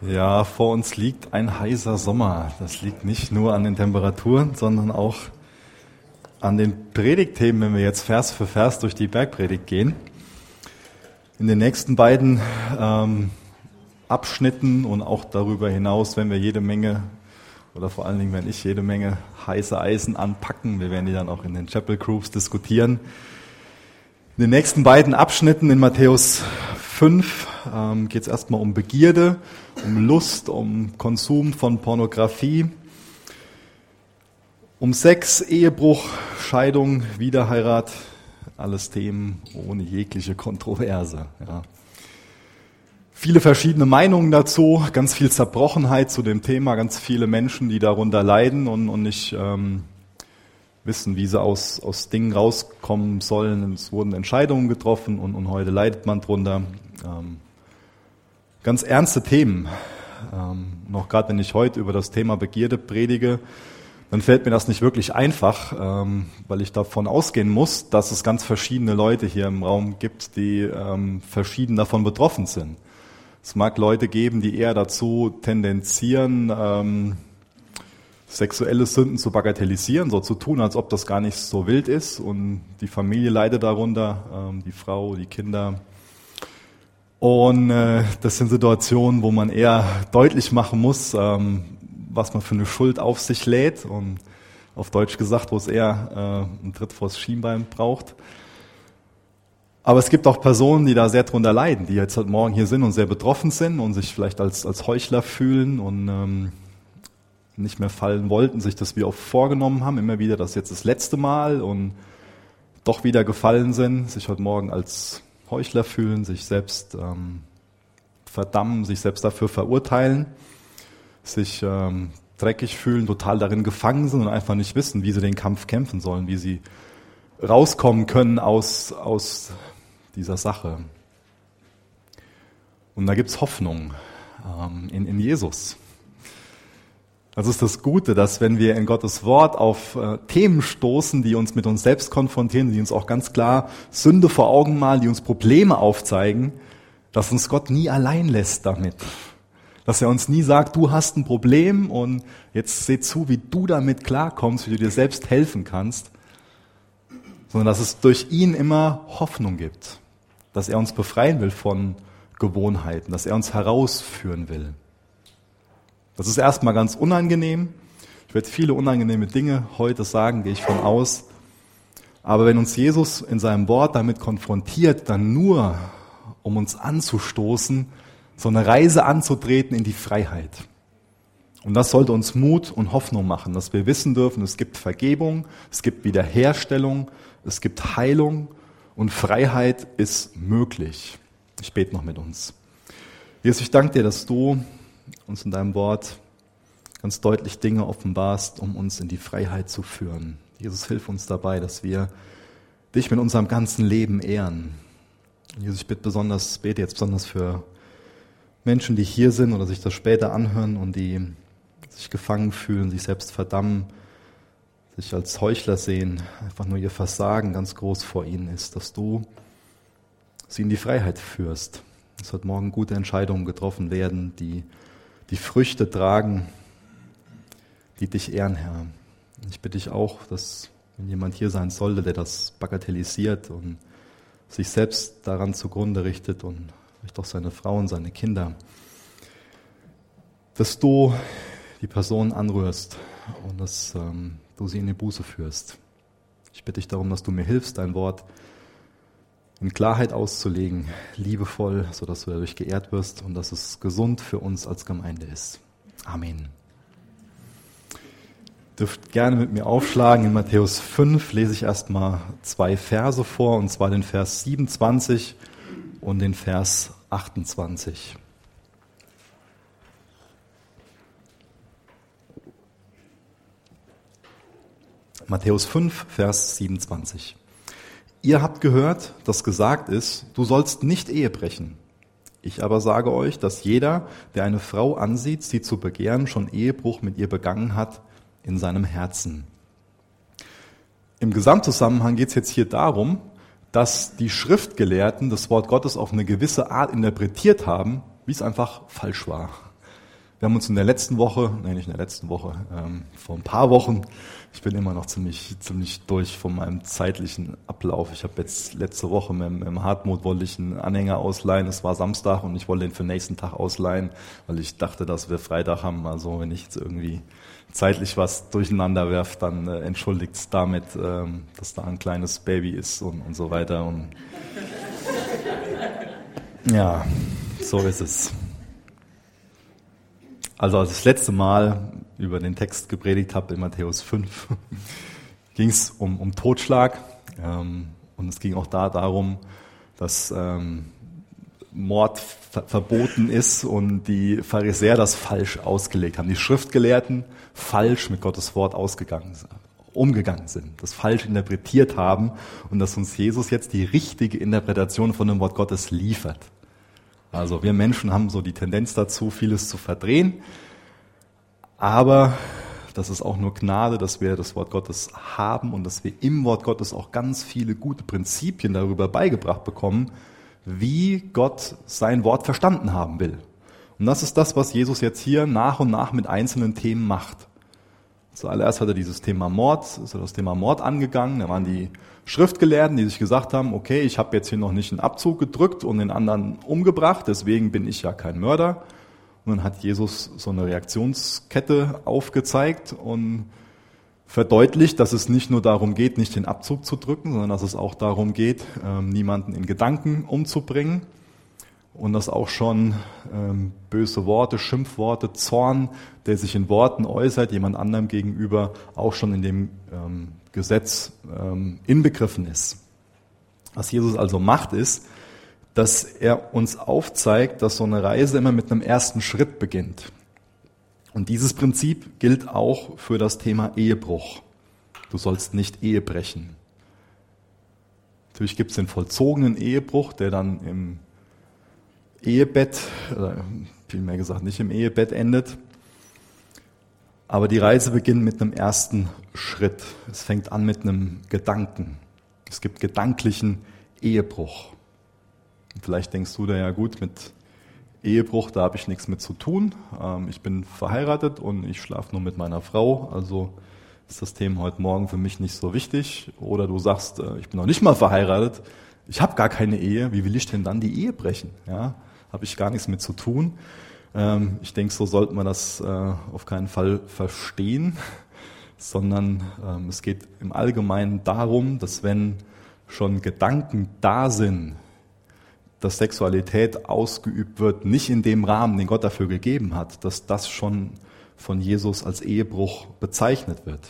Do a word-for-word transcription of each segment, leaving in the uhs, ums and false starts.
Ja, vor uns liegt ein heißer Sommer. Das liegt nicht nur an den Temperaturen, sondern auch an den Predigtthemen, wenn wir jetzt Vers für Vers durch die Bergpredigt gehen. In den nächsten beiden ähm, Abschnitten und auch darüber hinaus, wenn wir jede Menge, oder vor allen Dingen, wenn ich jede Menge heiße Eisen anpacken, wir werden die dann auch in den Chapel Groups diskutieren. In den nächsten beiden Abschnitten in Matthäus fünf ähm, geht es erstmal um Begierde, um Lust, um Konsum von Pornografie, um Sex, Ehebruch, Scheidung, Wiederheirat, alles Themen ohne jegliche Kontroverse. Ja. Viele verschiedene Meinungen dazu, ganz viel Zerbrochenheit zu dem Thema, ganz viele Menschen, die darunter leiden und, und nicht ähm, wissen, wie sie aus, aus Dingen rauskommen sollen. Es wurden Entscheidungen getroffen und, und heute leidet man drunter. Ähm, ganz ernste Themen. Ähm, noch gerade wenn ich heute über das Thema Begierde predige, dann fällt mir das nicht wirklich einfach, ähm, weil ich davon ausgehen muss, dass es ganz verschiedene Leute hier im Raum gibt, die ähm, verschieden davon betroffen sind. Es mag Leute geben, die eher dazu tendenzieren, ähm, sexuelle Sünden zu bagatellisieren, so zu tun, als ob das gar nicht so wild ist und die Familie leidet darunter, ähm, die Frau, die Kinder. Und äh, das sind Situationen, wo man eher deutlich machen muss, ähm, was man für eine Schuld auf sich lädt und auf Deutsch gesagt, wo es eher äh, einen Tritt vors Schienbein braucht. Aber es gibt auch Personen, die da sehr drunter leiden, die jetzt heute Morgen hier sind und sehr betroffen sind und sich vielleicht als, als Heuchler fühlen und ähm, nicht mehr fallen wollten, sich das wie oft vorgenommen haben, immer wieder das jetzt das letzte Mal und doch wieder gefallen sind, sich heute Morgen als Heuchler fühlen, sich selbst ähm, verdammen, sich selbst dafür verurteilen, sich ähm, dreckig fühlen, total darin gefangen sind und einfach nicht wissen, wie sie den Kampf kämpfen sollen, wie sie rauskommen können aus, aus dieser Sache. Und da gibt's Hoffnung ähm, in, in Jesus. Das ist das Gute, dass wenn wir in Gottes Wort auf äh, Themen stoßen, die uns mit uns selbst konfrontieren, die uns auch ganz klar Sünde vor Augen malen, die uns Probleme aufzeigen, dass uns Gott nie allein lässt damit. Dass er uns nie sagt, du hast ein Problem und jetzt seh zu, wie du damit klarkommst, wie du dir selbst helfen kannst, sondern dass es durch ihn immer Hoffnung gibt, dass er uns befreien will von Gewohnheiten, dass er uns herausführen will. Das ist erstmal ganz unangenehm. Ich werde viele unangenehme Dinge heute sagen, gehe ich von aus. Aber wenn uns Jesus in seinem Wort damit konfrontiert, dann nur, um uns anzustoßen, so eine Reise anzutreten in die Freiheit. Und das sollte uns Mut und Hoffnung machen, dass wir wissen dürfen, es gibt Vergebung, es gibt Wiederherstellung, es gibt Heilung und Freiheit ist möglich. Ich bete noch mit uns. Jesus, ich danke dir, dass du uns in deinem Wort ganz deutlich Dinge offenbarst, um uns in die Freiheit zu führen. Jesus, hilf uns dabei, dass wir dich mit unserem ganzen Leben ehren. Jesus, ich bitte besonders, bete jetzt besonders für Menschen, die hier sind oder sich das später anhören und die sich gefangen fühlen, sich selbst verdammen, sich als Heuchler sehen, einfach nur ihr Versagen ganz groß vor ihnen ist, dass du sie in die Freiheit führst. Dass heute Morgen gute Entscheidungen getroffen werden, die die Früchte tragen, die dich ehren, Herr. Ich bitte dich auch, dass wenn jemand hier sein sollte, der das bagatellisiert und sich selbst daran zugrunde richtet und vielleicht auch seine Frau und seine Kinder, dass du die Person anrührst und dass ähm, du sie in die Buße führst. Ich bitte dich darum, dass du mir hilfst, dein Wort in Klarheit auszulegen, liebevoll, sodass du dadurch geehrt wirst und dass es gesund für uns als Gemeinde ist. Amen. Ihr dürft gerne mit mir aufschlagen. In Matthäus fünf lese ich erstmal zwei Verse vor, und zwar den Vers siebenundzwanzig und den Vers achtundzwanzig. Matthäus fünf, Vers siebenundzwanzig. Ihr habt gehört, dass gesagt ist, du sollst nicht Ehe brechen. Ich aber sage euch, dass jeder, der eine Frau ansieht, sie zu begehren, schon Ehebruch mit ihr begangen hat in seinem Herzen. Im Gesamtzusammenhang geht es jetzt hier darum, dass die Schriftgelehrten das Wort Gottes auf eine gewisse Art interpretiert haben, wie es einfach falsch war. Wir haben uns in der letzten Woche, nein, nicht in der letzten Woche, ähm, vor ein paar Wochen, ich bin immer noch ziemlich ziemlich durch von meinem zeitlichen Ablauf. Ich habe jetzt letzte Woche mit, mit dem Hartmut wollte ich einen Anhänger ausleihen, es war Samstag und ich wollte den für den nächsten Tag ausleihen, weil ich dachte, dass wir Freitag haben. Also wenn ich jetzt irgendwie zeitlich was durcheinander werfe, dann äh, entschuldigt es damit, ähm, dass da ein kleines Baby ist und, und so weiter. Und ja, so ist es. Also als ich das letzte Mal über den Text gepredigt habe in Matthäus fünf, ging es um, um Totschlag ähm, und es ging auch da darum, dass ähm, Mord ver- verboten ist und die Pharisäer das falsch ausgelegt haben. Die Schriftgelehrten falsch mit Gottes Wort ausgegangen sind, umgegangen sind, das falsch interpretiert haben und dass uns Jesus jetzt die richtige Interpretation von dem Wort Gottes liefert. Also wir Menschen haben so die Tendenz dazu, vieles zu verdrehen, aber das ist auch nur Gnade, dass wir das Wort Gottes haben und dass wir im Wort Gottes auch ganz viele gute Prinzipien darüber beigebracht bekommen, wie Gott sein Wort verstanden haben will. Und das ist das, was Jesus jetzt hier nach und nach mit einzelnen Themen macht. Zuallererst hat er dieses Thema Mord, ist er das Thema Mord angegangen. Da waren die Schriftgelehrten, die sich gesagt haben, okay, ich habe jetzt hier noch nicht einen Abzug gedrückt und den anderen umgebracht, deswegen bin ich ja kein Mörder. Und dann hat Jesus so eine Reaktionskette aufgezeigt und verdeutlicht, dass es nicht nur darum geht, nicht den Abzug zu drücken, sondern dass es auch darum geht, niemanden in Gedanken umzubringen. Und dass auch schon ähm, böse Worte, Schimpfworte, Zorn, der sich in Worten äußert, jemand anderem gegenüber, auch schon in dem ähm, Gesetz ähm, inbegriffen ist. Was Jesus also macht, ist, dass er uns aufzeigt, dass so eine Reise immer mit einem ersten Schritt beginnt. Und dieses Prinzip gilt auch für das Thema Ehebruch. Du sollst nicht Ehe brechen. Natürlich gibt es den vollzogenen Ehebruch, der dann im Ehebett, oder vielmehr gesagt nicht im Ehebett endet. Aber die Reise beginnt mit einem ersten Schritt. Es fängt an mit einem Gedanken. Es gibt gedanklichen Ehebruch. Und vielleicht denkst du da ja gut, mit Ehebruch, da habe ich nichts mit zu tun. Ich bin verheiratet und ich schlafe nur mit meiner Frau, also ist das Thema heute Morgen für mich nicht so wichtig. Oder du sagst, ich bin noch nicht mal verheiratet, ich habe gar keine Ehe, wie will ich denn dann die Ehe brechen? Ja, habe ich gar nichts mit zu tun. Ähm, ich denke, so sollte man das äh, auf keinen Fall verstehen, sondern ähm, es geht im Allgemeinen darum, dass wenn schon Gedanken da sind, dass Sexualität ausgeübt wird, nicht in dem Rahmen, den Gott dafür gegeben hat, dass das schon von Jesus als Ehebruch bezeichnet wird.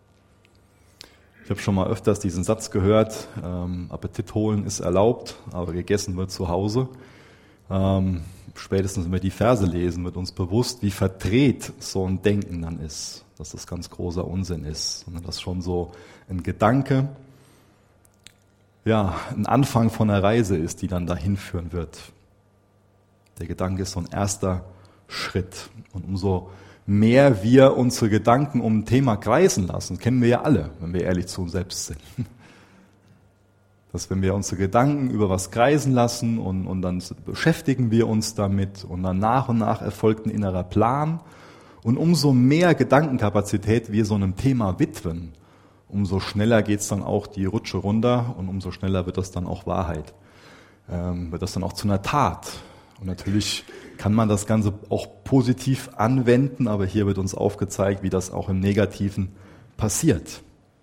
Ich habe schon mal öfters diesen Satz gehört, ähm, Appetit holen ist erlaubt, aber gegessen wird zu Hause. Ähm, spätestens, wenn wir die Verse lesen, wird uns bewusst, wie verdreht so ein Denken dann ist, dass das ganz großer Unsinn ist, sondern dass schon so ein Gedanke, ja, ein Anfang von einer Reise ist, die dann dahin führen wird. Der Gedanke ist so ein erster Schritt. Und umso mehr wir unsere Gedanken um ein Thema kreisen lassen, kennen wir ja alle, wenn wir ehrlich zu uns selbst sind. Dass wenn wir unsere Gedanken über was kreisen lassen und, und dann beschäftigen wir uns damit und dann nach und nach erfolgt ein innerer Plan. Und umso mehr Gedankenkapazität wir so einem Thema widmen, umso schneller geht's dann auch die Rutsche runter und umso schneller wird das dann auch Wahrheit. Ähm, wird das dann auch zu einer Tat. Und natürlich kann man das Ganze auch positiv anwenden, aber hier wird uns aufgezeigt, wie das auch im Negativen passiert.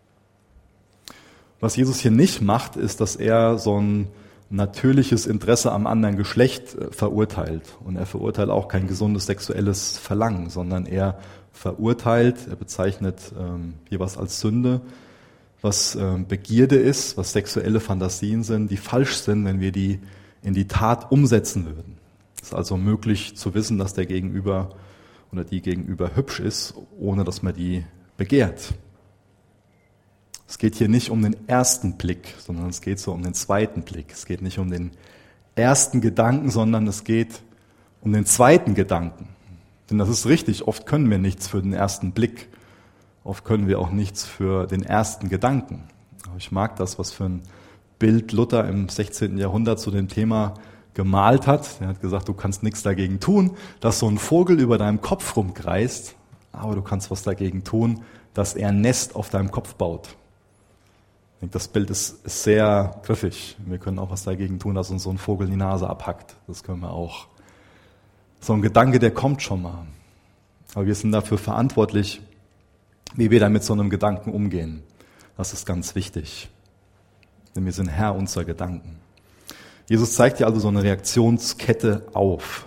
Was Jesus hier nicht macht, ist, dass er so ein natürliches Interesse am anderen Geschlecht verurteilt. Und er verurteilt auch kein gesundes sexuelles Verlangen, sondern er verurteilt, er bezeichnet ähm, hier was als Sünde, was ähm, Begierde ist, was sexuelle Fantasien sind, die falsch sind, wenn wir die in die Tat umsetzen würden. Es ist also möglich zu wissen, dass der Gegenüber oder die Gegenüber hübsch ist, ohne dass man die begehrt. Es geht hier nicht um den ersten Blick, sondern es geht so um den zweiten Blick. Es geht nicht um den ersten Gedanken, sondern es geht um den zweiten Gedanken. Denn das ist richtig, oft können wir nichts für den ersten Blick, oft können wir auch nichts für den ersten Gedanken. Aber ich mag das, was für ein Bild Luther im sechzehnten Jahrhundert zu dem Thema gemalt hat. Er hat gesagt, du kannst nichts dagegen tun, dass so ein Vogel über deinem Kopf rumkreist, aber du kannst was dagegen tun, dass er ein Nest auf deinem Kopf baut. Ich denke, das Bild ist, ist sehr griffig. Wir können auch was dagegen tun, dass uns so ein Vogel die Nase abhackt. Das können wir auch. So ein Gedanke, der kommt schon mal. Aber wir sind dafür verantwortlich, wie wir da mit so einem Gedanken umgehen. Das ist ganz wichtig. Denn wir sind Herr unserer Gedanken. Jesus zeigt dir also so eine Reaktionskette auf.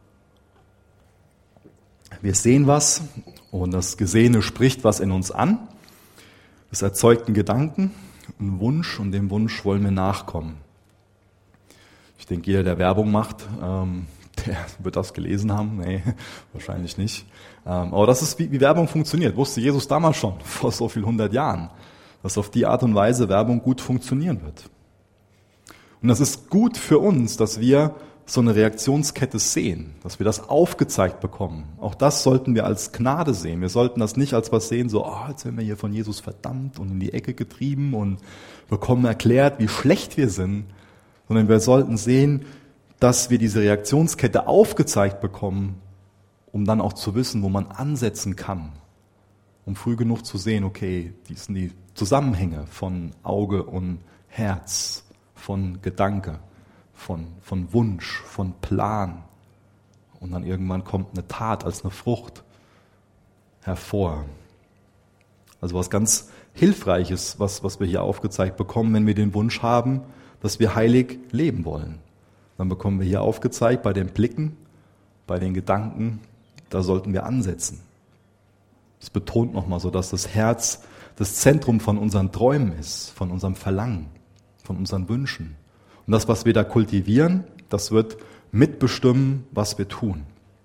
Wir sehen was und das Gesehene spricht was in uns an. Es erzeugt einen Gedanken, einen Wunsch und dem Wunsch wollen wir nachkommen. Ich denke, jeder, der Werbung macht, ähm, der wird das gelesen haben. Nee, wahrscheinlich nicht. Ähm, aber das ist, wie, wie Werbung funktioniert. Wusste Jesus damals schon, vor so vielen hundert Jahren, dass auf die Art und Weise Werbung gut funktionieren wird. Und das ist gut für uns, dass wir so eine Reaktionskette sehen, dass wir das aufgezeigt bekommen. Auch das sollten wir als Gnade sehen. Wir sollten das nicht als was sehen, so, oh, jetzt werden wir hier von Jesus verdammt und in die Ecke getrieben und bekommen erklärt, wie schlecht wir sind, sondern wir sollten sehen, dass wir diese Reaktionskette aufgezeigt bekommen, um dann auch zu wissen, wo man ansetzen kann, um früh genug zu sehen, okay, die sind die Zusammenhänge von Auge und Herz, von Gedanke, von, von Wunsch, von Plan. Und dann irgendwann kommt eine Tat als eine Frucht hervor. Also was ganz Hilfreiches, was, was wir hier aufgezeigt bekommen, wenn wir den Wunsch haben, dass wir heilig leben wollen. Dann bekommen wir hier aufgezeigt, bei den Blicken, bei den Gedanken, da sollten wir ansetzen. Das betont nochmal so, dass das Herz das Zentrum von unseren Träumen ist, von unserem Verlangen, von unseren Wünschen. Und das, was wir da kultivieren, das wird mitbestimmen, was wir tun.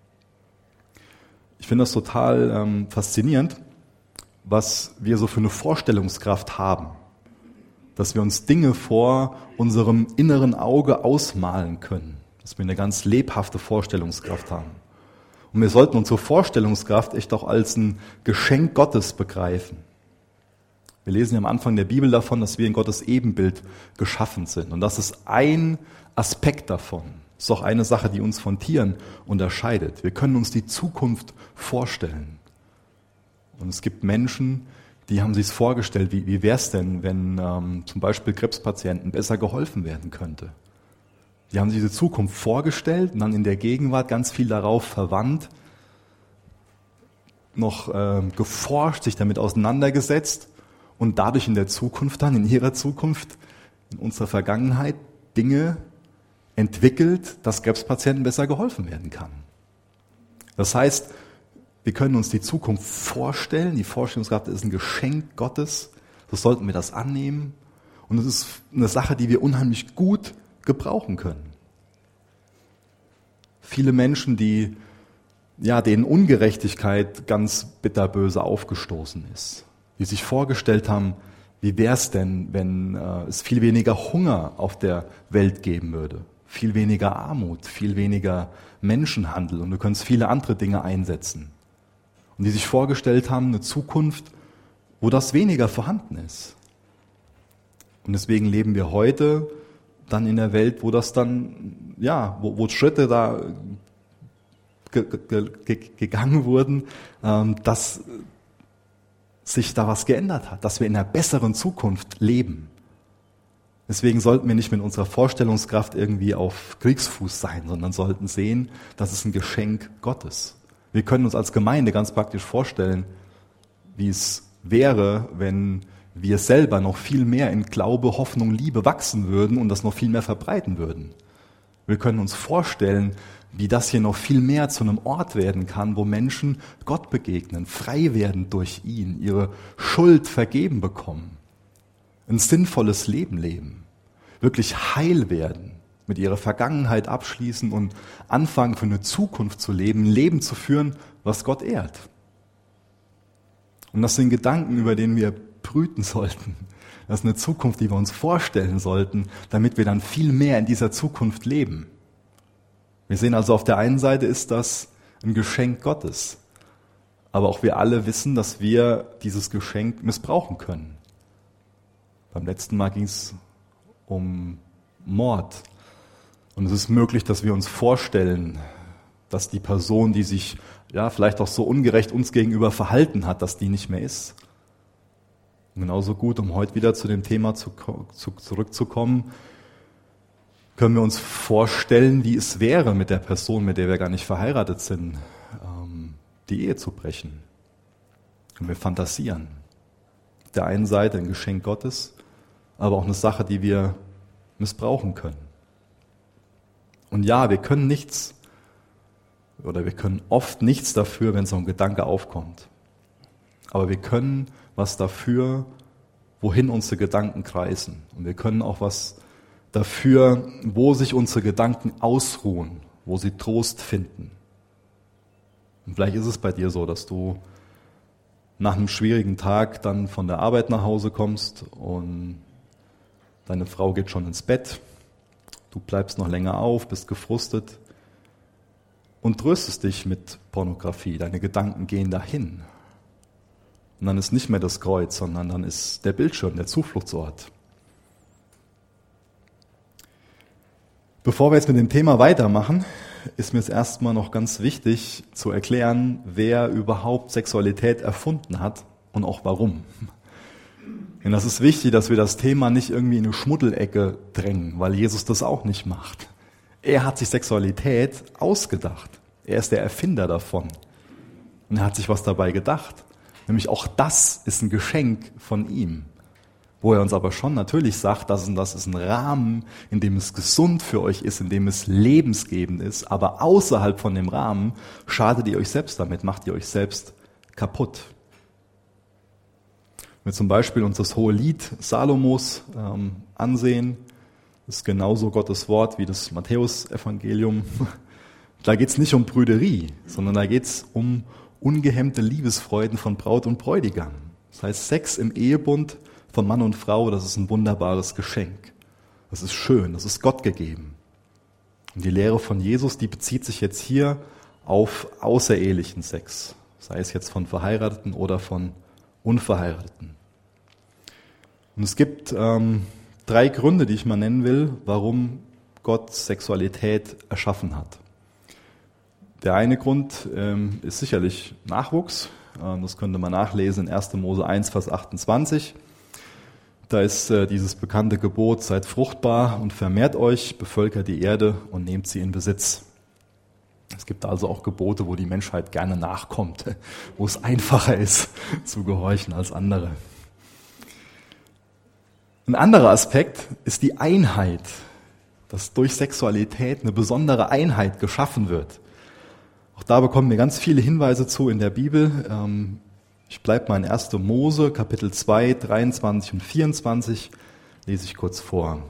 Ich finde das total ähm, faszinierend, was wir so für eine Vorstellungskraft haben. Dass wir uns Dinge vor unserem inneren Auge ausmalen können. Dass wir eine ganz lebhafte Vorstellungskraft haben. Und wir sollten unsere Vorstellungskraft echt auch als ein Geschenk Gottes begreifen. Wir lesen ja am Anfang der Bibel davon, dass wir in Gottes Ebenbild geschaffen sind. Und das ist ein Aspekt davon. Das ist auch eine Sache, die uns von Tieren unterscheidet. Wir können uns die Zukunft vorstellen. Und es gibt Menschen, die haben sich vorgestellt, wie, wie wäre es denn, wenn ähm, zum Beispiel Krebspatienten besser geholfen werden könnte. Die haben sich diese Zukunft vorgestellt und dann in der Gegenwart ganz viel darauf verwandt, noch äh, geforscht, sich damit auseinandergesetzt und dadurch in der Zukunft dann, in ihrer Zukunft, in unserer Vergangenheit Dinge entwickelt, dass Krebspatienten besser geholfen werden kann. Das heißt, wir können uns die Zukunft vorstellen, die Vorstellungskraft ist ein Geschenk Gottes, so sollten wir das annehmen und es ist eine Sache, die wir unheimlich gut gebrauchen können. Viele Menschen, die, ja, denen Ungerechtigkeit ganz bitterböse aufgestoßen ist, die sich vorgestellt haben, wie wäre es denn, wenn äh, es viel weniger Hunger auf der Welt geben würde, viel weniger Armut, viel weniger Menschenhandel und du könntest viele andere Dinge einsetzen. Und die sich vorgestellt haben, eine Zukunft, wo das weniger vorhanden ist. Und deswegen leben wir heute dann in der Welt, wo das dann, ja, wo, wo Schritte da ge, ge, ge, gegangen wurden, ähm, dass sich da was geändert hat, dass wir in einer besseren Zukunft leben. Deswegen sollten wir nicht mit unserer Vorstellungskraft irgendwie auf Kriegsfuß sein, sondern sollten sehen, das ist ein Geschenk Gottes. Wir können uns als Gemeinde ganz praktisch vorstellen, wie es wäre, wenn wir selber noch viel mehr in Glaube, Hoffnung, Liebe wachsen würden und das noch viel mehr verbreiten würden. Wir können uns vorstellen, wie das hier noch viel mehr zu einem Ort werden kann, wo Menschen Gott begegnen, frei werden durch ihn, ihre Schuld vergeben bekommen, ein sinnvolles Leben leben, wirklich heil werden, mit ihrer Vergangenheit abschließen und anfangen für eine Zukunft zu leben, ein Leben zu führen, was Gott ehrt. Und das sind Gedanken, über denen wir brüten sollten. Das ist eine Zukunft, die wir uns vorstellen sollten, damit wir dann viel mehr in dieser Zukunft leben. Wir sehen also, auf der einen Seite ist das ein Geschenk Gottes. Aber auch wir alle wissen, dass wir dieses Geschenk missbrauchen können. Beim letzten Mal ging es um Mord. Und es ist möglich, dass wir uns vorstellen, dass die Person, die sich ja vielleicht auch so ungerecht uns gegenüber verhalten hat, dass die nicht mehr ist. Und genauso gut, um heute wieder zu dem Thema zu, zu, zurückzukommen, können wir uns vorstellen, wie es wäre, mit der Person, mit der wir gar nicht verheiratet sind, ähm, die Ehe zu brechen. Können wir fantasieren. Auf der einen Seite ein Geschenk Gottes, aber auch eine Sache, die wir missbrauchen können. Und ja, wir können nichts, oder wir können oft nichts dafür, wenn so ein Gedanke aufkommt. Aber wir können was dafür, wohin unsere Gedanken kreisen. Und wir können auch was dafür, wo sich unsere Gedanken ausruhen, wo sie Trost finden. Und vielleicht ist es bei dir so, dass du nach einem schwierigen Tag dann von der Arbeit nach Hause kommst und deine Frau geht schon ins Bett, du bleibst noch länger auf, bist gefrustet und tröstest dich mit Pornografie. Deine Gedanken gehen dahin. Und dann ist nicht mehr das Kreuz, sondern dann ist der Bildschirm, der Zufluchtsort. Bevor wir jetzt mit dem Thema weitermachen, ist mir es erstmal noch ganz wichtig zu erklären, wer überhaupt Sexualität erfunden hat und auch warum. Denn das ist wichtig, dass wir das Thema nicht irgendwie in eine Schmuddelecke drängen, weil Jesus das auch nicht macht. Er hat sich Sexualität ausgedacht. Er ist der Erfinder davon. Und er hat sich was dabei gedacht. Nämlich auch das ist ein Geschenk von ihm. Wo er uns aber schon natürlich sagt, dass das ist ein Rahmen, in dem es gesund für euch ist, in dem es lebensgebend ist. Aber außerhalb von dem Rahmen schadet ihr euch selbst damit, macht ihr euch selbst kaputt. Wenn wir zum Beispiel uns das hohe Lied Salomos ähm, ansehen, ist genauso Gottes Wort wie das Matthäus-Evangelium. Da geht es nicht um Prüderie, sondern da geht es um ungehemmte Liebesfreuden von Braut und Bräutigam. Das heißt, Sex im Ehebund von Mann und Frau, das ist ein wunderbares Geschenk. Das ist schön, das ist Gott gegeben. Und die Lehre von Jesus, die bezieht sich jetzt hier auf außerehelichen Sex, sei es jetzt von Verheirateten oder von Unverheirateten. Und es gibt ähm, drei Gründe, die ich mal nennen will, warum Gott Sexualität erschaffen hat. Der eine Grund ähm, ist sicherlich Nachwuchs. Ähm, das könnte man nachlesen in erster Mose eins, Vers achtundzwanzig. Da ist äh, dieses bekannte Gebot, seid fruchtbar und vermehrt euch, bevölkert die Erde und nehmt sie in Besitz. Es gibt also auch Gebote, wo die Menschheit gerne nachkommt, wo es einfacher ist, zu gehorchen als andere. Ein anderer Aspekt ist die Einheit, dass durch Sexualität eine besondere Einheit geschaffen wird. Auch da bekommen wir ganz viele Hinweise zu in der Bibel. Ich bleibe mal in erster Mose, Kapitel zwei, dreiundzwanzig und vierundzwanzig, lese ich kurz vor.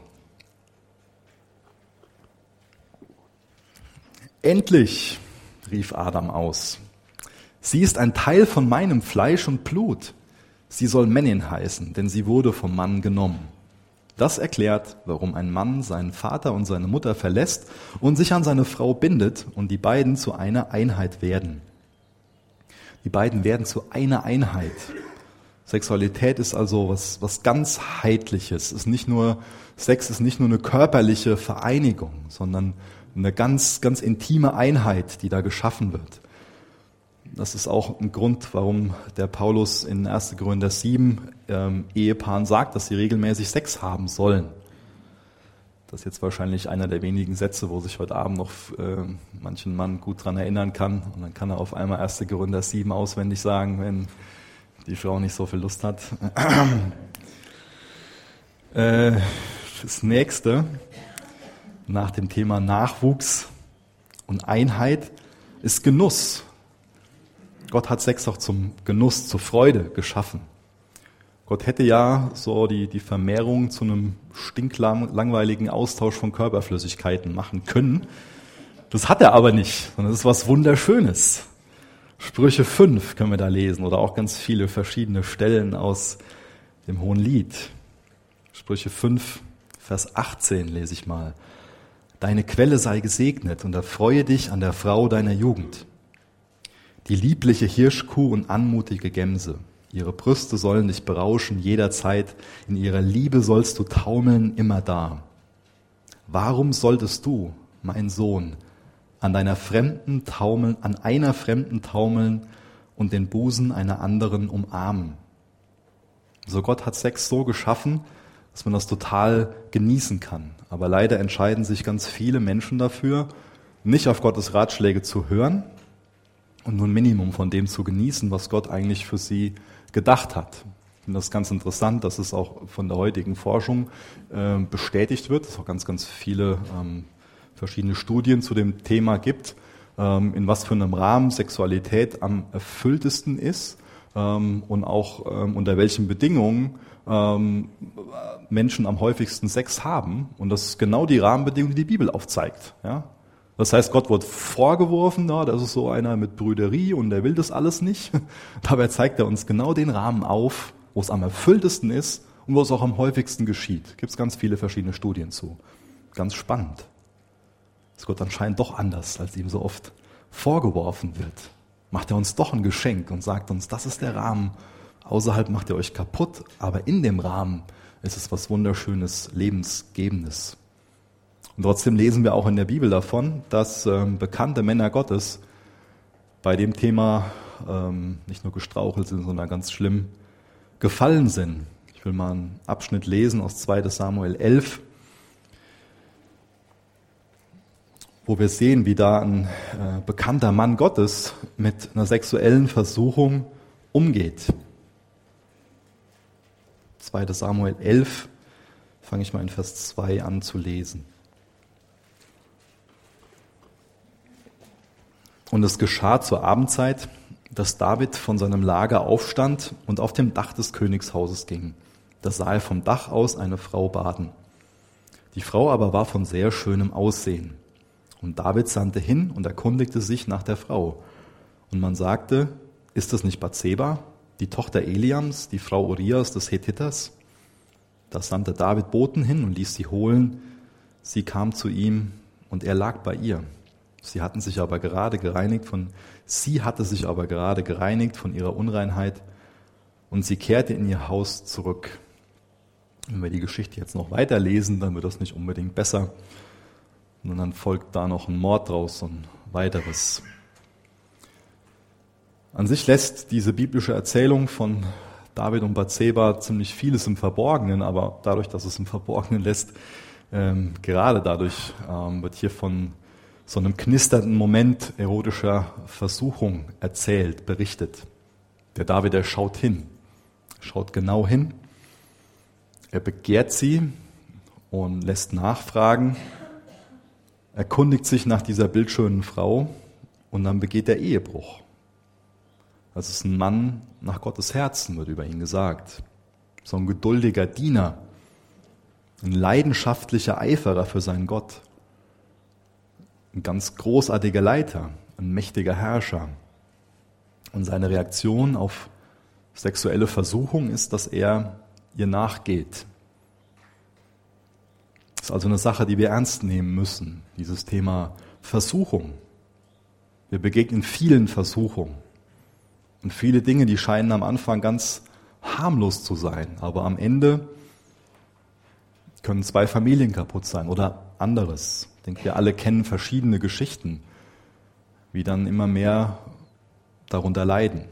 Endlich, rief Adam aus, sie ist ein Teil von meinem Fleisch und Blut. Sie soll Männin heißen, denn sie wurde vom Mann genommen. Das erklärt, warum ein Mann seinen Vater und seine Mutter verlässt und sich an seine Frau bindet und die beiden zu einer Einheit werden. Die beiden werden zu einer Einheit. Sexualität ist also was, was ganzheitliches. Ist nicht nur, Sex ist nicht nur eine körperliche Vereinigung, sondern eine ganz, ganz intime Einheit, die da geschaffen wird. Das ist auch ein Grund, warum der Paulus in erster Korinther sieben ähm, Ehepaaren sagt, dass sie regelmäßig Sex haben sollen. Das ist jetzt wahrscheinlich einer der wenigen Sätze, wo sich heute Abend noch äh, manchen Mann gut dran erinnern kann. Und dann kann er auf einmal erster Korinther sieben auswendig sagen, wenn die Frau nicht so viel Lust hat. äh, das nächste, nach dem Thema Nachwuchs und Einheit, ist Genuss. Gott hat Sex auch zum Genuss, zur Freude geschaffen. Gott hätte ja so die, die Vermehrung zu einem stinklangweiligen Austausch von Körperflüssigkeiten machen können. Das hat er aber nicht, sondern das ist was Wunderschönes. Sprüche fünf können wir da lesen oder auch ganz viele verschiedene Stellen aus dem Hohen Lied. Sprüche fünf, Vers achtzehn lese ich mal. Deine Quelle sei gesegnet und erfreue dich an der Frau deiner Jugend. Die liebliche Hirschkuh und anmutige Gemse. Ihre Brüste sollen dich berauschen jederzeit. In ihrer Liebe sollst du taumeln immerdar. warum solltest du, mein Sohn, an deiner Fremden taumeln, an einer Fremden taumeln und den Busen einer anderen umarmen? Also Gott hat Sex so geschaffen, dass man das total genießen kann. Aber leider entscheiden sich ganz viele Menschen dafür, nicht auf Gottes Ratschläge zu hören und nur ein Minimum von dem zu genießen, was Gott eigentlich für sie gedacht hat. Ich finde das ganz interessant, dass es auch von der heutigen Forschung äh, bestätigt wird, dass es auch ganz, ganz viele ähm, verschiedene Studien zu dem Thema gibt, ähm, in was für einem Rahmen Sexualität am erfülltesten ist ähm, und auch ähm, unter welchen Bedingungen ähm, Menschen am häufigsten Sex haben. Und das ist genau die Rahmenbedingungen, die die Bibel aufzeigt. Ja? Das heißt, Gott wird vorgeworfen, ja, das ist so einer mit Brüderie und der will das alles nicht. Dabei zeigt er uns genau den Rahmen auf, wo es am erfülltesten ist und wo es auch am häufigsten geschieht. Gibt es ganz viele verschiedene Studien zu. Ganz spannend. Ist Gott anscheinend doch anders, als ihm so oft vorgeworfen wird. Macht er uns doch ein Geschenk und sagt uns, das ist der Rahmen. Außerhalb macht ihr euch kaputt, aber in dem Rahmen ist es was Wunderschönes, Lebensgebendes. Und trotzdem lesen wir auch in der Bibel davon, dass ähm, bekannte Männer Gottes bei dem Thema ähm, nicht nur gestrauchelt sind, sondern ganz schlimm gefallen sind. Ich will mal einen Abschnitt lesen aus zweiter Samuel elf, wo wir sehen, wie da ein äh, bekannter Mann Gottes mit einer sexuellen Versuchung umgeht. zweiter Samuel elf, fange ich mal in Vers zwei an zu lesen. Und es geschah zur Abendzeit, dass David von seinem Lager aufstand und auf dem Dach des Königshauses ging. Da sah er vom Dach aus eine Frau baden. Die Frau aber war von sehr schönem Aussehen. Und David sandte hin und erkundigte sich nach der Frau. Und man sagte, ist das nicht Bathseba, die Tochter Eliams, die Frau Urias des Hethiters? Da sandte David Boten hin und ließ sie holen. Sie kam zu ihm und er lag bei ihr. Sie hatten sich aber gerade gereinigt von, sie hatte sich aber gerade gereinigt von ihrer Unreinheit und sie kehrte in ihr Haus zurück. Wenn wir die Geschichte jetzt noch weiterlesen, dann wird das nicht unbedingt besser. Und dann folgt da noch ein Mord draus und weiteres. An sich lässt diese biblische Erzählung von David und Bathseba ziemlich vieles im Verborgenen, aber dadurch, dass es im Verborgenen lässt, ähm, gerade dadurch ähm, wird hier von so einem knisternden Moment erotischer Versuchung erzählt, berichtet. Der David, der schaut hin, schaut genau hin, er begehrt sie und lässt nachfragen, erkundigt sich nach dieser bildschönen Frau und dann begeht er Ehebruch. Das ist ein Mann nach Gottes Herzen, wird über ihn gesagt. So ein geduldiger Diener, ein leidenschaftlicher Eiferer für seinen Gott. Ein ganz großartiger Leiter, ein mächtiger Herrscher. Und seine Reaktion auf sexuelle Versuchung ist, dass er ihr nachgeht. Das ist also eine Sache, die wir ernst nehmen müssen, dieses Thema Versuchung. Wir begegnen vielen Versuchungen. Und viele Dinge, die scheinen am Anfang ganz harmlos zu sein, aber am Ende können zwei Familien kaputt sein oder anderes. Ich denke, wir alle kennen verschiedene Geschichten, wie dann immer mehr darunter leiden.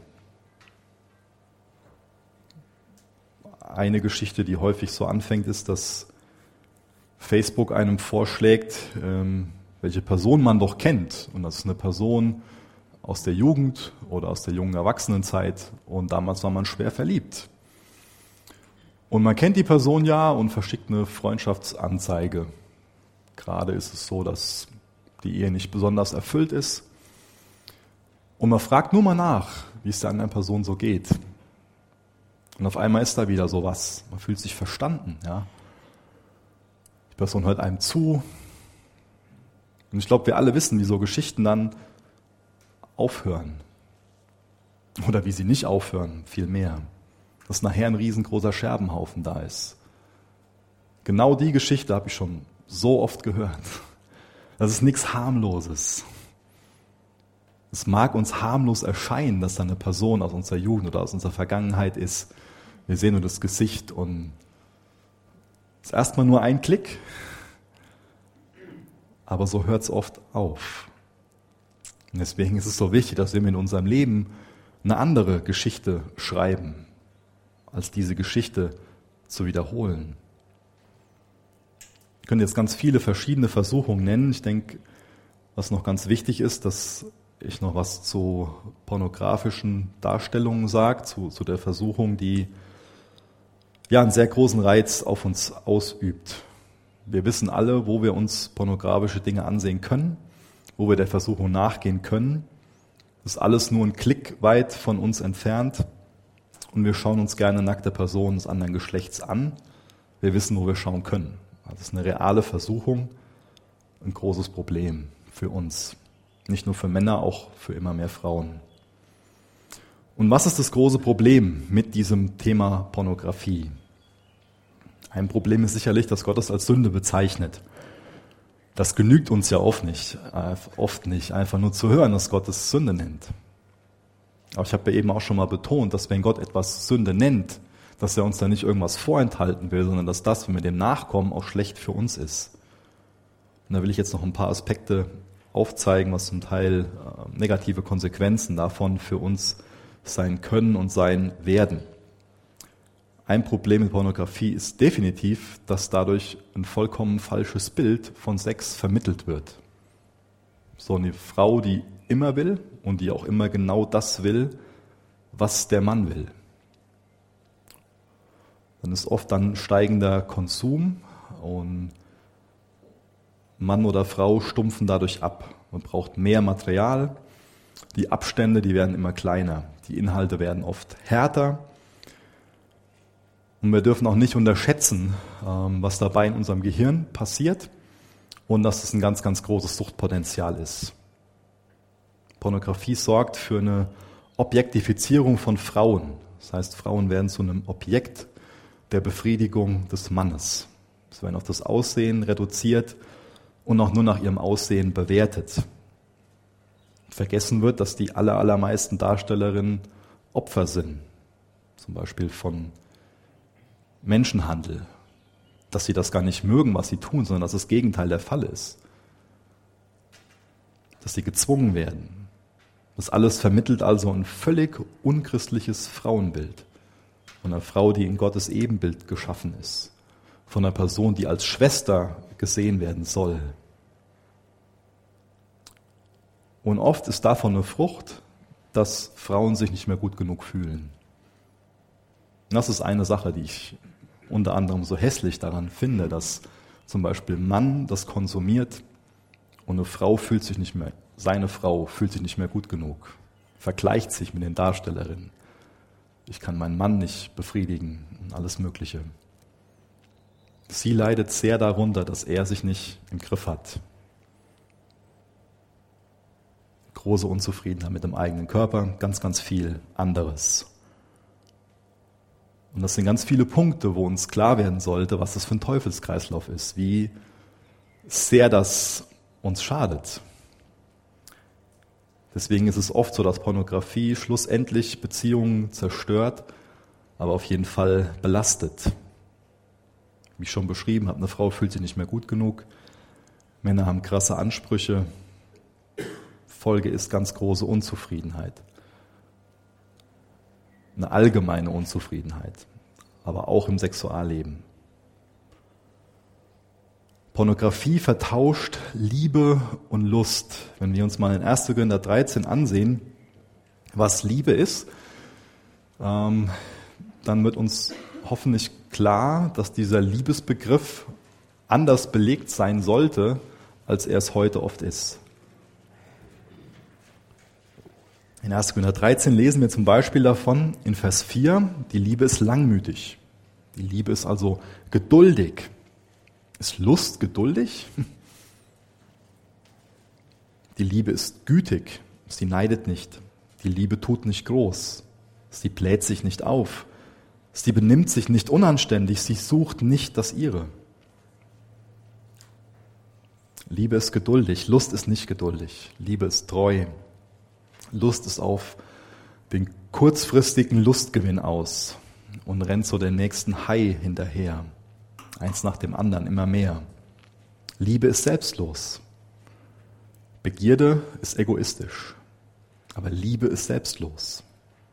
Eine Geschichte, die häufig so anfängt, ist, dass Facebook einem vorschlägt, welche Person man doch kennt. Und das ist eine Person aus der Jugend oder aus der jungen Erwachsenenzeit. Und damals war man schwer verliebt. Und man kennt die Person ja und verschickt eine Freundschaftsanzeige. Gerade ist es so, dass die Ehe nicht besonders erfüllt ist. Und man fragt nur mal nach, wie es der anderen Person so geht. Und auf einmal ist da wieder sowas. Man fühlt sich verstanden. Ja? Die Person hört einem zu. Und ich glaube, wir alle wissen, wie so Geschichten dann aufhören. Oder wie sie nicht aufhören, viel mehr. Dass nachher ein riesengroßer Scherbenhaufen da ist. Genau die Geschichte habe ich schon so oft gehört. Das ist nichts Harmloses. Es mag uns harmlos erscheinen, dass da eine Person aus unserer Jugend oder aus unserer Vergangenheit ist. Wir sehen nur das Gesicht und es ist erstmal nur ein Klick. aber so hört es oft auf. Und deswegen ist es so wichtig, dass wir in unserem Leben eine andere Geschichte schreiben, als diese Geschichte zu wiederholen. Ich könnte jetzt ganz viele verschiedene Versuchungen nennen. Ich denke, was noch ganz wichtig ist, dass ich noch was zu pornografischen Darstellungen sage, zu, zu der Versuchung, die ja einen sehr großen Reiz auf uns ausübt. Wir wissen alle, wo wir uns pornografische Dinge ansehen können, wo wir der Versuchung nachgehen können. Das ist alles nur ein Klick weit von uns entfernt und wir schauen uns gerne nackte Personen des anderen Geschlechts an. Wir wissen, wo wir schauen können. Das ist eine reale Versuchung, ein großes Problem für uns. Nicht nur für Männer, auch für immer mehr Frauen. Und was ist das große Problem mit diesem Thema Pornografie? Ein Problem ist sicherlich, dass Gott es als Sünde bezeichnet. Das genügt uns ja oft nicht, oft nicht, einfach nur zu hören, dass Gott es Sünde nennt. Aber ich habe ja eben auch schon mal betont, dass wenn Gott etwas Sünde nennt, dass er uns da nicht irgendwas vorenthalten will, sondern dass das, wenn wir dem nachkommen, auch schlecht für uns ist. Und da will ich jetzt noch ein paar Aspekte aufzeigen, was zum Teil äh, negative Konsequenzen davon für uns sein können und sein werden. Ein Problem mit Pornografie ist definitiv, dass dadurch ein vollkommen falsches Bild von Sex vermittelt wird. So eine Frau, die immer will und die auch immer genau das will, was der Mann will. Dann ist oft dann steigender Konsum und Mann oder Frau stumpfen dadurch ab. Man braucht mehr Material, die Abstände, die werden immer kleiner, die Inhalte werden oft härter. Und wir dürfen auch nicht unterschätzen, was dabei in unserem Gehirn passiert und dass es ein ganz, ganz großes Suchtpotenzial ist. Pornografie sorgt für eine Objektifizierung von Frauen. Das heißt, Frauen werden zu einem Objekt der Befriedigung des Mannes. Sie werden auf das Aussehen reduziert und auch nur nach ihrem Aussehen bewertet. Vergessen wird, dass die aller, allermeisten Darstellerinnen Opfer sind. Zum Beispiel von Menschenhandel, dass sie das gar nicht mögen, was sie tun, sondern dass das Gegenteil der Fall ist. Dass sie gezwungen werden. Das alles vermittelt also ein völlig unchristliches Frauenbild. Von einer Frau, die in Gottes Ebenbild geschaffen ist. Von einer Person, die als Schwester gesehen werden soll. Und oft ist davon eine Frucht, dass Frauen sich nicht mehr gut genug fühlen. Und das ist eine Sache, die ich unter anderem so hässlich daran finde, dass zum Beispiel ein Mann das konsumiert und eine Frau fühlt sich nicht mehr, seine Frau fühlt sich nicht mehr gut genug, vergleicht sich mit den Darstellerinnen. Ich kann meinen Mann nicht befriedigen und alles Mögliche. Sie leidet sehr darunter, dass er sich nicht im Griff hat. Große Unzufriedenheit mit dem eigenen Körper, ganz, ganz viel anderes. Und das sind ganz viele Punkte, wo uns klar werden sollte, was das für ein Teufelskreislauf ist, wie sehr das uns schadet. Deswegen ist es oft so, dass Pornografie schlussendlich Beziehungen zerstört, aber auf jeden Fall belastet. Wie ich schon beschrieben habe, eine Frau fühlt sich nicht mehr gut genug, Männer haben krasse Ansprüche, Folge ist ganz große Unzufriedenheit. Eine allgemeine Unzufriedenheit, aber auch im Sexualleben. Pornografie vertauscht Liebe und Lust. Wenn wir uns mal in erster Korinther dreizehn ansehen, was Liebe ist, ähm, dann wird uns hoffentlich klar, dass dieser Liebesbegriff anders belegt sein sollte, als er es heute oft ist. In erster Korinther dreizehn lesen wir zum Beispiel davon in Vers vier, die Liebe ist langmütig. Die Liebe ist also geduldig. Ist Lust geduldig? Die Liebe ist gütig. Sie neidet nicht. Die Liebe tut nicht groß. Sie bläht sich nicht auf. Sie benimmt sich nicht unanständig. Sie sucht nicht das Ihre. Liebe ist geduldig. Lust ist nicht geduldig. Liebe ist treu. Lust ist auf den kurzfristigen Lustgewinn aus und rennt so den nächsten Hai hinterher. Eins nach dem anderen, immer mehr. Liebe ist selbstlos. Begierde ist egoistisch, aber Liebe ist selbstlos.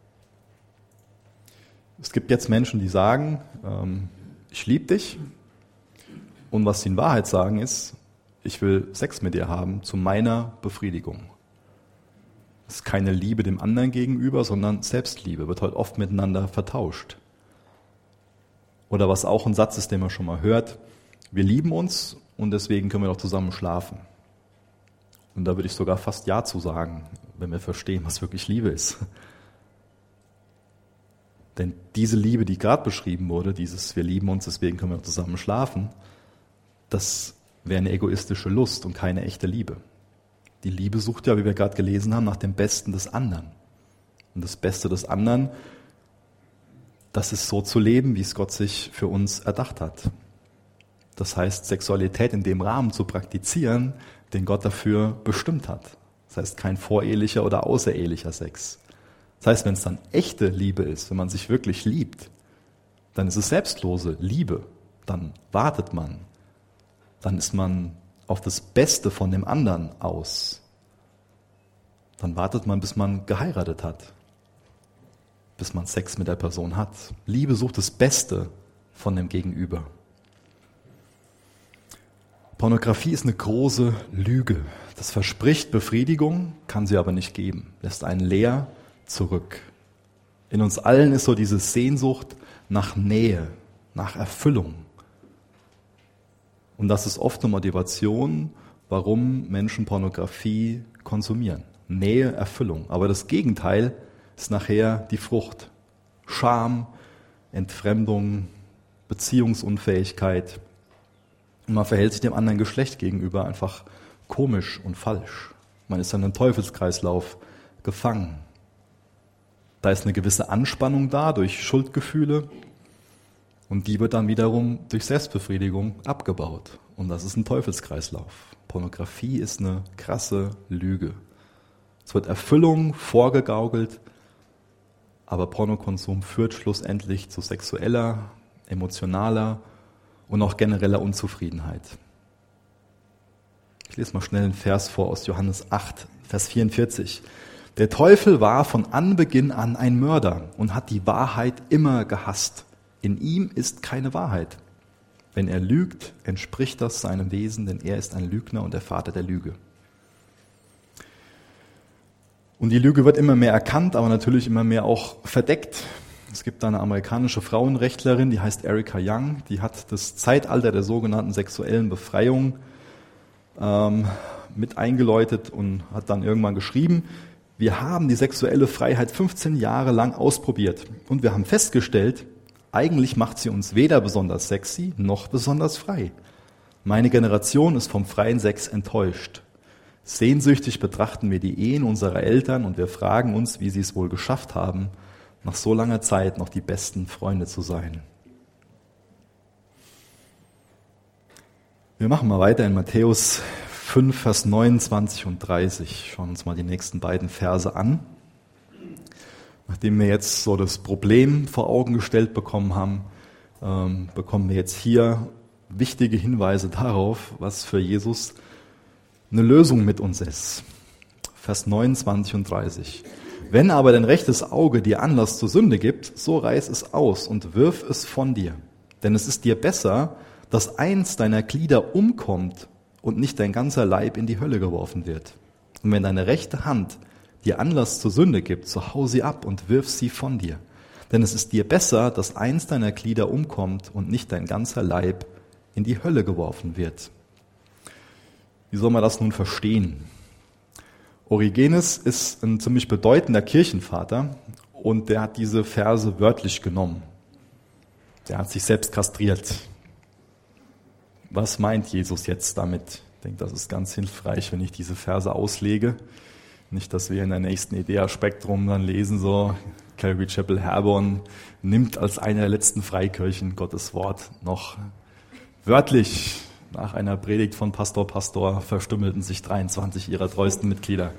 Es gibt jetzt Menschen, die sagen, ähm, ich liebe dich, und was sie in Wahrheit sagen ist, ich will Sex mit dir haben zu meiner Befriedigung. Das ist keine Liebe dem anderen gegenüber, sondern Selbstliebe, wird heute oft miteinander vertauscht. Oder was auch ein Satz ist, den man schon mal hört, wir lieben uns und deswegen können wir doch zusammen schlafen. Und da würde ich sogar fast Ja zu sagen, wenn wir verstehen, was wirklich Liebe ist. Denn diese Liebe, die gerade beschrieben wurde, dieses wir lieben uns, deswegen können wir zusammen schlafen, das wäre eine egoistische Lust und keine echte Liebe. Die Liebe sucht ja, wie wir gerade gelesen haben, nach dem Besten des anderen. Und das Beste des anderen, das ist so zu leben, wie es Gott sich für uns erdacht hat. Das heißt, Sexualität in dem Rahmen zu praktizieren, den Gott dafür bestimmt hat. Das heißt, kein vorehelicher oder außerehelicher Sex. Das heißt, wenn es dann echte Liebe ist, wenn man sich wirklich liebt, dann ist es selbstlose Liebe. Dann wartet man. Dann ist man auf das Beste von dem anderen aus. Dann wartet man, bis man geheiratet hat. Bis man Sex mit der Person hat. Liebe sucht das Beste von dem Gegenüber. Pornografie ist eine große Lüge. Das verspricht Befriedigung, kann sie aber nicht geben. Lässt einen leer zurück. In uns allen ist so diese Sehnsucht nach Nähe, nach Erfüllung. Und das ist oft eine Motivation, warum Menschen Pornografie konsumieren. Nähe, Erfüllung. Aber das Gegenteil ist nachher die Frucht. Scham, Entfremdung, Beziehungsunfähigkeit. Und man verhält sich dem anderen Geschlecht gegenüber einfach komisch und falsch. Man ist dann im Teufelskreislauf gefangen. Da ist eine gewisse Anspannung da durch Schuldgefühle und die wird dann wiederum durch Selbstbefriedigung abgebaut. Und das ist ein Teufelskreislauf. Pornografie ist eine krasse Lüge. Es wird Erfüllung vorgegaukelt, aber Pornokonsum führt schlussendlich zu sexueller, emotionaler und auch genereller Unzufriedenheit. Ich lese mal schnell einen Vers vor aus Johannes acht, Vers vierundvierzig. Der Teufel war von Anbeginn an ein Mörder und hat die Wahrheit immer gehasst. In ihm ist keine Wahrheit. Wenn er lügt, entspricht das seinem Wesen, denn er ist ein Lügner und der Vater der Lüge. Und die Lüge wird immer mehr erkannt, aber natürlich immer mehr auch verdeckt. Es gibt da eine amerikanische Frauenrechtlerin, die heißt Erica Young, die hat das Zeitalter der sogenannten sexuellen Befreiung ähm, mit eingeläutet und hat dann irgendwann geschrieben, wir haben die sexuelle Freiheit fünfzehn Jahre lang ausprobiert und wir haben festgestellt, eigentlich macht sie uns weder besonders sexy noch besonders frei. Meine Generation ist vom freien Sex enttäuscht. Sehnsüchtig betrachten wir die Ehen unserer Eltern und wir fragen uns, wie sie es wohl geschafft haben, nach so langer Zeit noch die besten Freunde zu sein. Wir machen mal weiter in Matthäus fünf, Vers neunundzwanzig und dreißig. Schauen uns mal die nächsten beiden Verse an. Nachdem wir jetzt so das Problem vor Augen gestellt bekommen haben, ähm, bekommen wir jetzt hier wichtige Hinweise darauf, was für Jesus eine Lösung mit uns ist. Vers neunundzwanzig und dreißig. Wenn aber dein rechtes Auge dir Anlass zur Sünde gibt, so reiß es aus und wirf es von dir. Denn es ist dir besser, dass eins deiner Glieder umkommt und nicht dein ganzer Leib in die Hölle geworfen wird. Und wenn deine rechte Hand dir Anlass zur Sünde gibt, so hau sie ab und wirf sie von dir. Denn es ist dir besser, dass eins deiner Glieder umkommt und nicht dein ganzer Leib in die Hölle geworfen wird. Wie soll man das nun verstehen? Origenes ist ein ziemlich bedeutender Kirchenvater und der hat diese Verse wörtlich genommen. Der hat sich selbst kastriert. Was meint Jesus jetzt damit? Ich denke, das ist ganz hilfreich, wenn ich diese Verse auslege. Nicht, dass wir in der nächsten Idea-Spektrum dann lesen, so Calvary Chapel Herborn nimmt als eine der letzten Freikirchen Gottes Wort noch wörtlich. Nach einer Predigt von Pastor Pastor verstümmelten sich dreiundzwanzig ihrer treuesten Mitglieder.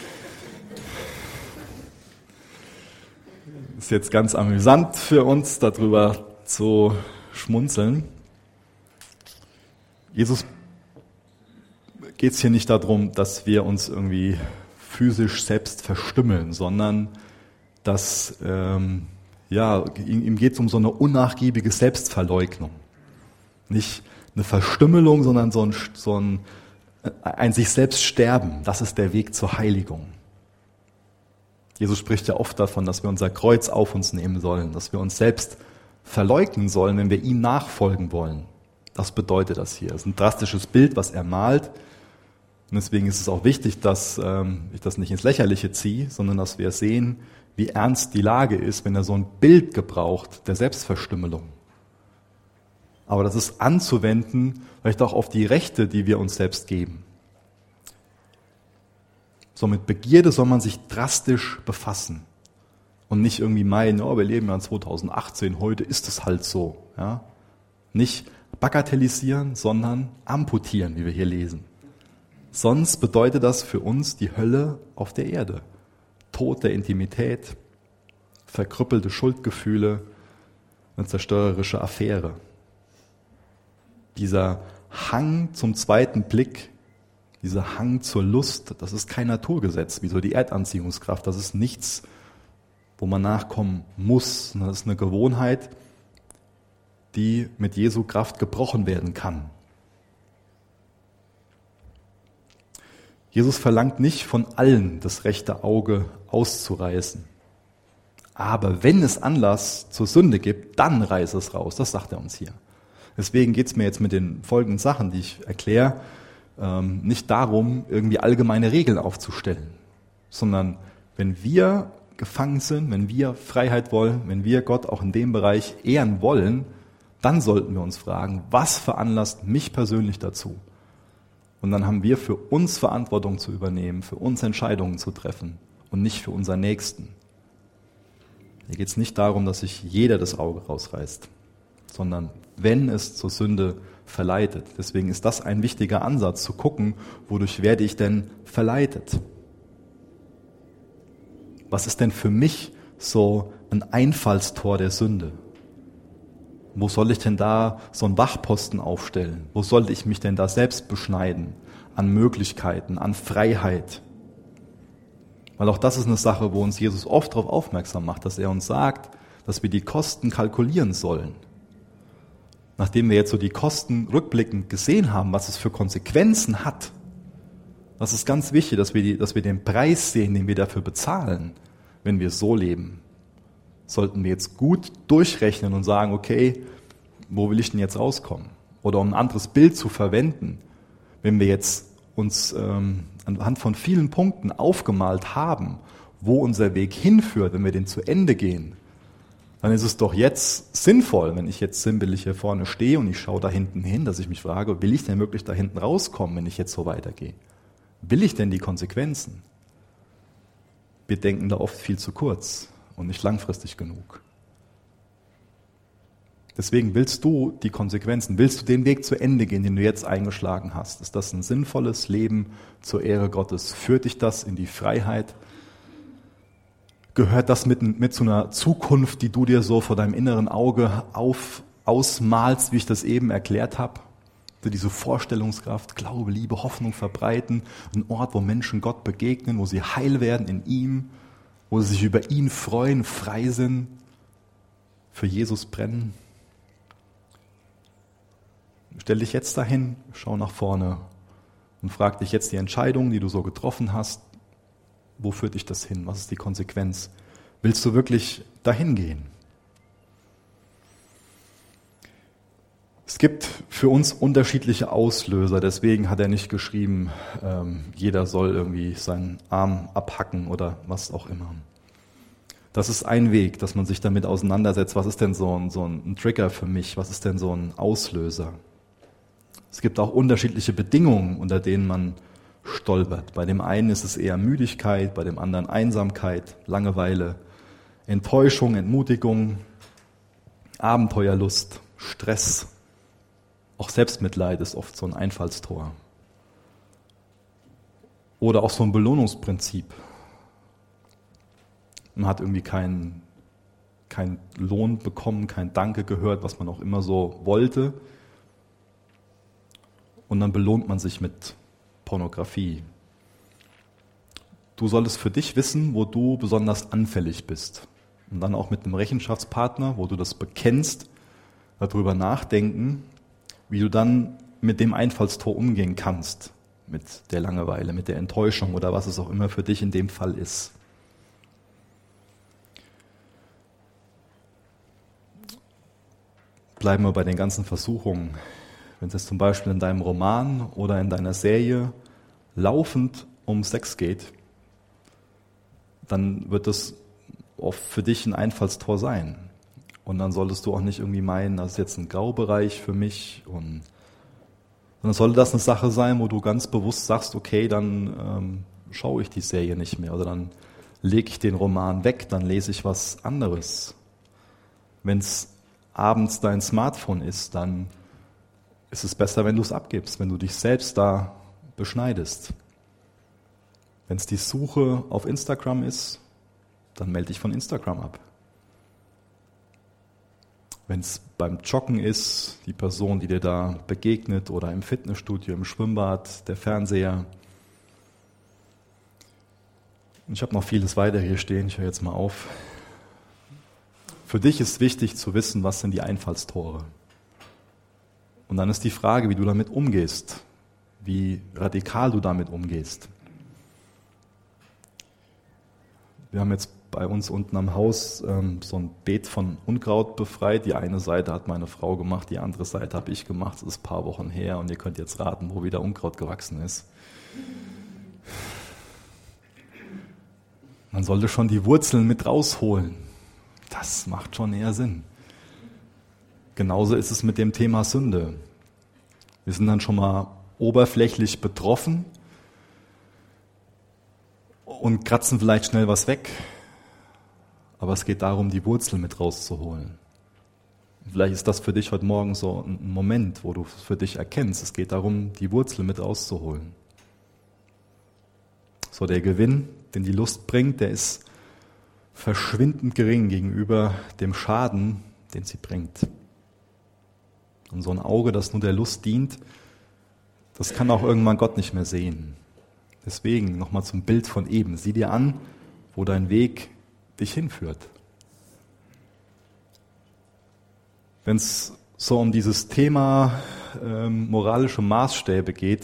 Ist jetzt ganz amüsant für uns, darüber zu schmunzeln. Jesus geht es hier nicht darum, dass wir uns irgendwie physisch selbst verstümmeln, sondern dass ähm, ja, ihm geht es um so eine unnachgiebige Selbstverleugnung. Nicht eine Verstümmelung, sondern so ein, so ein, ein sich selbst sterben. Das ist der Weg zur Heiligung. Jesus spricht ja oft davon, dass wir unser Kreuz auf uns nehmen sollen, dass wir uns selbst verleugnen sollen, wenn wir ihm nachfolgen wollen. Das bedeutet das hier. Das ist ein drastisches Bild, was er malt. Und deswegen ist es auch wichtig, dass ähm, ich das nicht ins Lächerliche ziehe, sondern dass wir sehen, wie ernst die Lage ist, wenn er so ein Bild gebraucht der Selbstverstümmelung. Aber das ist anzuwenden, vielleicht auch auf die Rechte, die wir uns selbst geben. So mit Begierde soll man sich drastisch befassen und nicht irgendwie meinen, oh, wir leben ja in zweitausendachtzehn, heute ist es halt so. Ja? Nicht bagatellisieren, sondern amputieren, wie wir hier lesen. Sonst bedeutet das für uns die Hölle auf der Erde. Tod der Intimität, verkrüppelte Schuldgefühle, eine zerstörerische Affäre. Dieser Hang zum zweiten Blick, dieser Hang zur Lust, das ist kein Naturgesetz, wie so die Erdanziehungskraft. Das ist nichts, wo man nachkommen muss. Das ist eine Gewohnheit, die mit Jesu Kraft gebrochen werden kann. Jesus verlangt nicht von allen, das rechte Auge auszureißen. Aber wenn es Anlass zur Sünde gibt, dann reiß es raus. Das sagt er uns hier. Deswegen geht es mir jetzt mit den folgenden Sachen, die ich erkläre, ähm, nicht darum, irgendwie allgemeine Regeln aufzustellen, sondern wenn wir gefangen sind, wenn wir Freiheit wollen, wenn wir Gott auch in dem Bereich ehren wollen, dann sollten wir uns fragen, was veranlasst mich persönlich dazu? Und dann haben wir für uns Verantwortung zu übernehmen, für uns Entscheidungen zu treffen und nicht für unseren Nächsten. Hier geht es nicht darum, dass sich jeder das Auge rausreißt, sondern wenn es zur Sünde verleitet. Deswegen ist das ein wichtiger Ansatz, zu gucken, wodurch werde ich denn verleitet? Was ist denn für mich so ein Einfallstor der Sünde? Wo soll ich denn da so einen Wachposten aufstellen? Wo soll ich mich denn da selbst beschneiden? An Möglichkeiten, an Freiheit. Weil auch das ist eine Sache, wo uns Jesus oft darauf aufmerksam macht, dass er uns sagt, dass wir die Kosten kalkulieren sollen. Nachdem wir jetzt so die Kosten rückblickend gesehen haben, was es für Konsequenzen hat, das ist ganz wichtig, dass wir, die, dass wir den Preis sehen, den wir dafür bezahlen, wenn wir so leben. Sollten wir jetzt gut durchrechnen und sagen, okay, wo will ich denn jetzt rauskommen? Oder um ein anderes Bild zu verwenden, wenn wir jetzt uns ähm, anhand von vielen Punkten aufgemalt haben, wo unser Weg hinführt, wenn wir den zu Ende gehen, dann ist es doch jetzt sinnvoll, wenn ich jetzt sinnbildlich hier vorne stehe und ich schaue da hinten hin, dass ich mich frage, will ich denn wirklich da hinten rauskommen, wenn ich jetzt so weitergehe? Will ich denn die Konsequenzen? Wir denken da oft viel zu kurz und nicht langfristig genug. Deswegen willst du die Konsequenzen, willst du den Weg zu Ende gehen, den du jetzt eingeschlagen hast? Ist das ein sinnvolles Leben zur Ehre Gottes? Führt dich das in die Freiheit? Gehört das mit, mit zu einer Zukunft, die du dir so vor deinem inneren Auge auf, ausmalst, wie ich das eben erklärt habe? Diese Vorstellungskraft, Glaube, Liebe, Hoffnung verbreiten, ein Ort, wo Menschen Gott begegnen, wo sie heil werden in ihm, wo sie sich über ihn freuen, frei sind, für Jesus brennen. Stell dich jetzt dahin, schau nach vorne und frag dich jetzt die Entscheidung, die du so getroffen hast, wo führt dich das hin? Was ist die Konsequenz? Willst du wirklich dahin gehen? Es gibt für uns unterschiedliche Auslöser, deswegen hat er nicht geschrieben, ähm, jeder soll irgendwie seinen Arm abhacken oder was auch immer. Das ist ein Weg, dass man sich damit auseinandersetzt. Was ist denn so ein, so ein Trigger für mich? Was ist denn so ein Auslöser? Es gibt auch unterschiedliche Bedingungen, unter denen man stolpert. Bei dem einen ist es eher Müdigkeit, bei dem anderen Einsamkeit, Langeweile, Enttäuschung, Entmutigung, Abenteuerlust, Stress. Auch Selbstmitleid ist oft so ein Einfallstor. Oder auch so ein Belohnungsprinzip. Man hat irgendwie keinen keinen Lohn bekommen, kein Danke gehört, was man auch immer so wollte. Und dann belohnt man sich mit Pornografie. Du solltest für dich wissen, wo du besonders anfällig bist. Und dann auch mit einem Rechenschaftspartner, wo du das bekennst, darüber nachdenken, wie du dann mit dem Einfallstor umgehen kannst. Mit der Langeweile, mit der Enttäuschung oder was es auch immer für dich in dem Fall ist. Bleiben wir bei den ganzen Versuchungen. Wenn es jetzt zum Beispiel in deinem Roman oder in deiner Serie laufend um Sex geht, dann wird das oft für dich ein Einfallstor sein. Und dann solltest du auch nicht irgendwie meinen, das ist jetzt ein Graubereich für mich. Und dann sollte das eine Sache sein, wo du ganz bewusst sagst, okay, dann ähm, schaue ich die Serie nicht mehr oder dann lege ich den Roman weg, dann lese ich was anderes. Wenn es abends dein Smartphone ist, dann ist es besser, wenn du es abgibst, wenn du dich selbst da beschneidest. Wenn es die Suche auf Instagram ist, dann melde dich von Instagram ab. Wenn es beim Joggen ist, die Person, die dir da begegnet oder im Fitnessstudio, im Schwimmbad, der Fernseher. Und ich habe noch vieles weiter hier stehen, ich höre jetzt mal auf. Für dich ist wichtig zu wissen, was sind die Einfallstore. Und dann ist die Frage, wie du damit umgehst, wie radikal du damit umgehst. Wir haben jetzt bei uns unten am Haus ähm, so ein Beet von Unkraut befreit. Die eine Seite hat meine Frau gemacht, die andere Seite habe ich gemacht. Das ist ein paar Wochen her und ihr könnt jetzt raten, wo wieder Unkraut gewachsen ist. Man sollte schon die Wurzeln mit rausholen. Das macht schon eher Sinn. Genauso ist es mit dem Thema Sünde. Wir sind dann schon mal oberflächlich betroffen und kratzen vielleicht schnell was weg. Aber es geht darum, die Wurzeln mit rauszuholen. Vielleicht ist das für dich heute Morgen so ein Moment, wo du es für dich erkennst. Es geht darum, die Wurzeln mit rauszuholen. So, der Gewinn, den die Lust bringt, der ist verschwindend gering gegenüber dem Schaden, den sie bringt. Und so ein Auge, das nur der Lust dient, das kann auch irgendwann Gott nicht mehr sehen. Deswegen nochmal zum Bild von eben. Sieh dir an, wo dein Weg dich hinführt. Wenn es so um dieses Thema ähm, moralische Maßstäbe geht,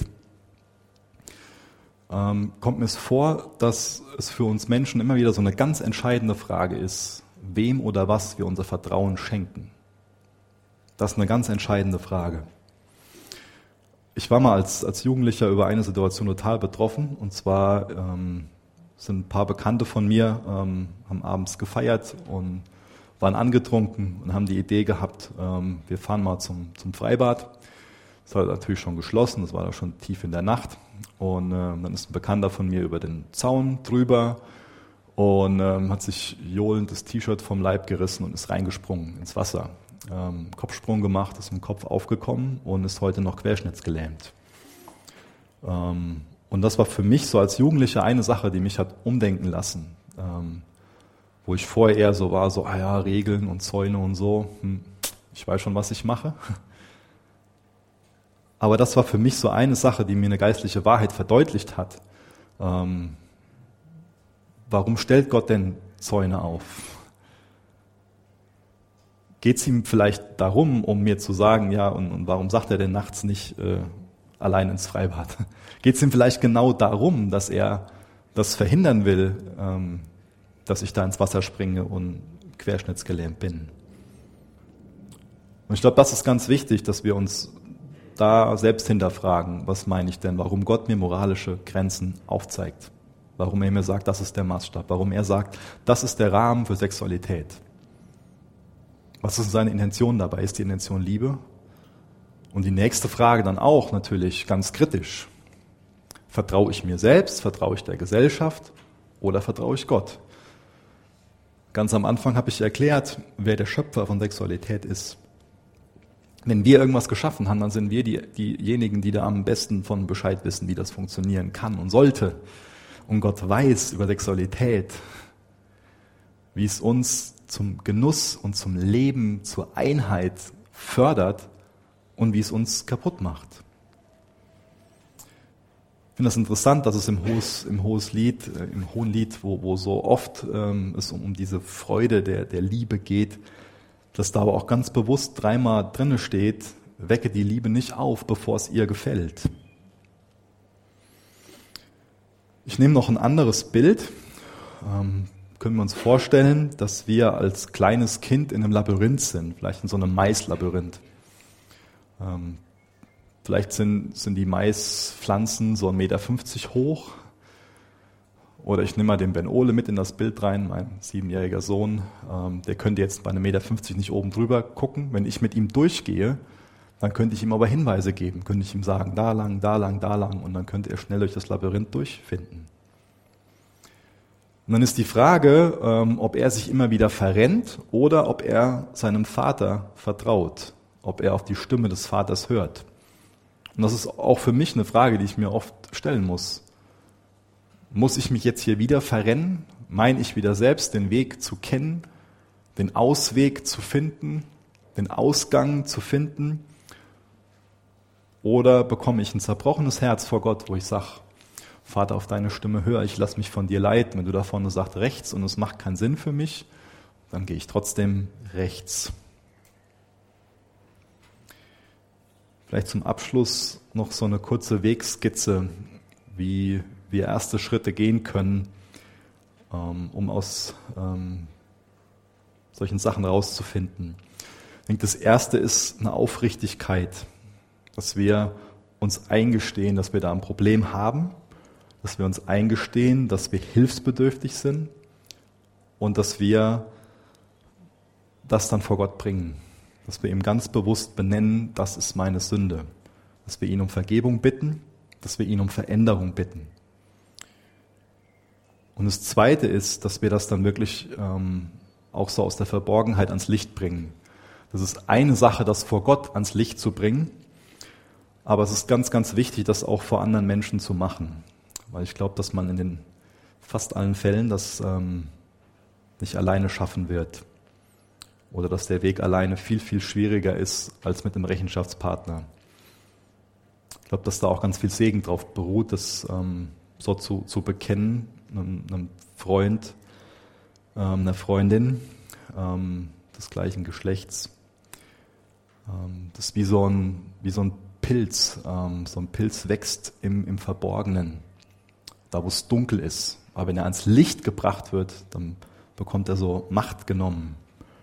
ähm, kommt mir es vor, dass es für uns Menschen immer wieder so eine ganz entscheidende Frage ist, wem oder was wir unser Vertrauen schenken. Das ist eine ganz entscheidende Frage. Ich war mal als, als Jugendlicher über eine Situation total betroffen. Und zwar ähm, sind ein paar Bekannte von mir, ähm, haben abends gefeiert und waren angetrunken und haben die Idee gehabt, ähm, wir fahren mal zum, zum Freibad. Das war natürlich schon geschlossen, das war da schon tief in der Nacht. Und ähm, dann ist ein Bekannter von mir über den Zaun drüber und ähm, hat sich johlend das T-Shirt vom Leib gerissen und ist reingesprungen ins Wasser. Ähm, Kopfsprung gemacht, ist im Kopf aufgekommen und ist heute noch querschnittsgelähmt. Ähm, und das war für mich so als Jugendlicher eine Sache, die mich hat umdenken lassen. Ähm, wo ich vorher eher so war, so, ah ja, Regeln und Zäune und so, hm, ich weiß schon, was ich mache. Aber das war für mich so eine Sache, die mir eine geistliche Wahrheit verdeutlicht hat. Ähm, warum stellt Gott denn Zäune auf? Geht es ihm vielleicht darum, um mir zu sagen, ja, und, und warum sagt er denn nachts nicht äh, allein ins Freibad? Geht es ihm vielleicht genau darum, dass er das verhindern will, ähm, dass ich da ins Wasser springe und querschnittsgelähmt bin? Und ich glaube, das ist ganz wichtig, dass wir uns da selbst hinterfragen, was meine ich denn, warum Gott mir moralische Grenzen aufzeigt, warum er mir sagt, das ist der Maßstab, warum er sagt, das ist der Rahmen für Sexualität. Was ist seine Intention dabei? Ist die Intention Liebe? Und die nächste Frage dann auch natürlich ganz kritisch. Vertraue ich mir selbst, vertraue ich der Gesellschaft oder vertraue ich Gott? Ganz am Anfang habe ich erklärt, wer der Schöpfer von Sexualität ist. Wenn wir irgendwas geschaffen haben, dann sind wir die, diejenigen, die da am besten von Bescheid wissen, wie das funktionieren kann und sollte. Und Gott weiß über Sexualität, wie es uns zum Genuss und zum Leben, zur Einheit fördert und wie es uns kaputt macht. Ich finde das interessant, dass es im, Hohes, im, Hoheslied, äh, im Hohenlied, wo, wo so oft ähm, es um, um diese Freude der, der Liebe geht, dass da aber auch ganz bewusst dreimal drinne steht, wecke die Liebe nicht auf, bevor es ihr gefällt. Ich nehme noch ein anderes Bild. Ähm, können wir uns vorstellen, dass wir als kleines Kind in einem Labyrinth sind, vielleicht in so einem Maislabyrinth. Ähm, vielleicht sind, sind die Maispflanzen so ein Meter fünfzig hoch. Oder ich nehme mal den Ben Ole mit in das Bild rein, mein siebenjähriger Sohn. Ähm, der könnte jetzt bei einem Meter fünfzig nicht oben drüber gucken. Wenn ich mit ihm durchgehe, dann könnte ich ihm aber Hinweise geben, könnte ich ihm sagen, da lang, da lang, da lang, und dann könnte er schnell durch das Labyrinth durchfinden. Und dann ist die Frage, ähm, ob er sich immer wieder verrennt oder ob er seinem Vater vertraut, ob er auf die Stimme des Vaters hört. Und das ist auch für mich eine Frage, die ich mir oft stellen muss. Muss ich mich jetzt hier wieder verrennen? Meine ich wieder selbst den Weg zu kennen, den Ausweg zu finden, den Ausgang zu finden? Oder bekomme ich ein zerbrochenes Herz vor Gott, wo ich sage, Vater, auf deine Stimme höre ich, lass mich von dir leiten. Wenn du da vorne sagst rechts und es macht keinen Sinn für mich, dann gehe ich trotzdem rechts. Vielleicht zum Abschluss noch so eine kurze Wegskizze, wie wir erste Schritte gehen können, um aus solchen Sachen rauszufinden. Ich denke, das Erste ist eine Aufrichtigkeit, dass wir uns eingestehen, dass wir da ein Problem haben, dass wir uns eingestehen, dass wir hilfsbedürftig sind und dass wir das dann vor Gott bringen, dass wir ihm ganz bewusst benennen, das ist meine Sünde, dass wir ihn um Vergebung bitten, dass wir ihn um Veränderung bitten. Und das Zweite ist, dass wir das dann wirklich ähm, auch so aus der Verborgenheit ans Licht bringen. Das ist eine Sache, das vor Gott ans Licht zu bringen, aber es ist ganz, ganz wichtig, das auch vor anderen Menschen zu machen. Weil ich glaube, dass man in den fast allen Fällen das ähm, nicht alleine schaffen wird. Oder dass der Weg alleine viel, viel schwieriger ist als mit einem Rechenschaftspartner. Ich glaube, dass da auch ganz viel Segen drauf beruht, das ähm, so zu, zu bekennen, einem, einem Freund, ähm, einer Freundin ähm, des gleichen Geschlechts. Ähm, das ist wie so ein, wie so ein Pilz. Ähm, so ein Pilz wächst im, im Verborgenen, da wo es dunkel ist. Aber wenn er ans Licht gebracht wird, dann bekommt er so Macht genommen.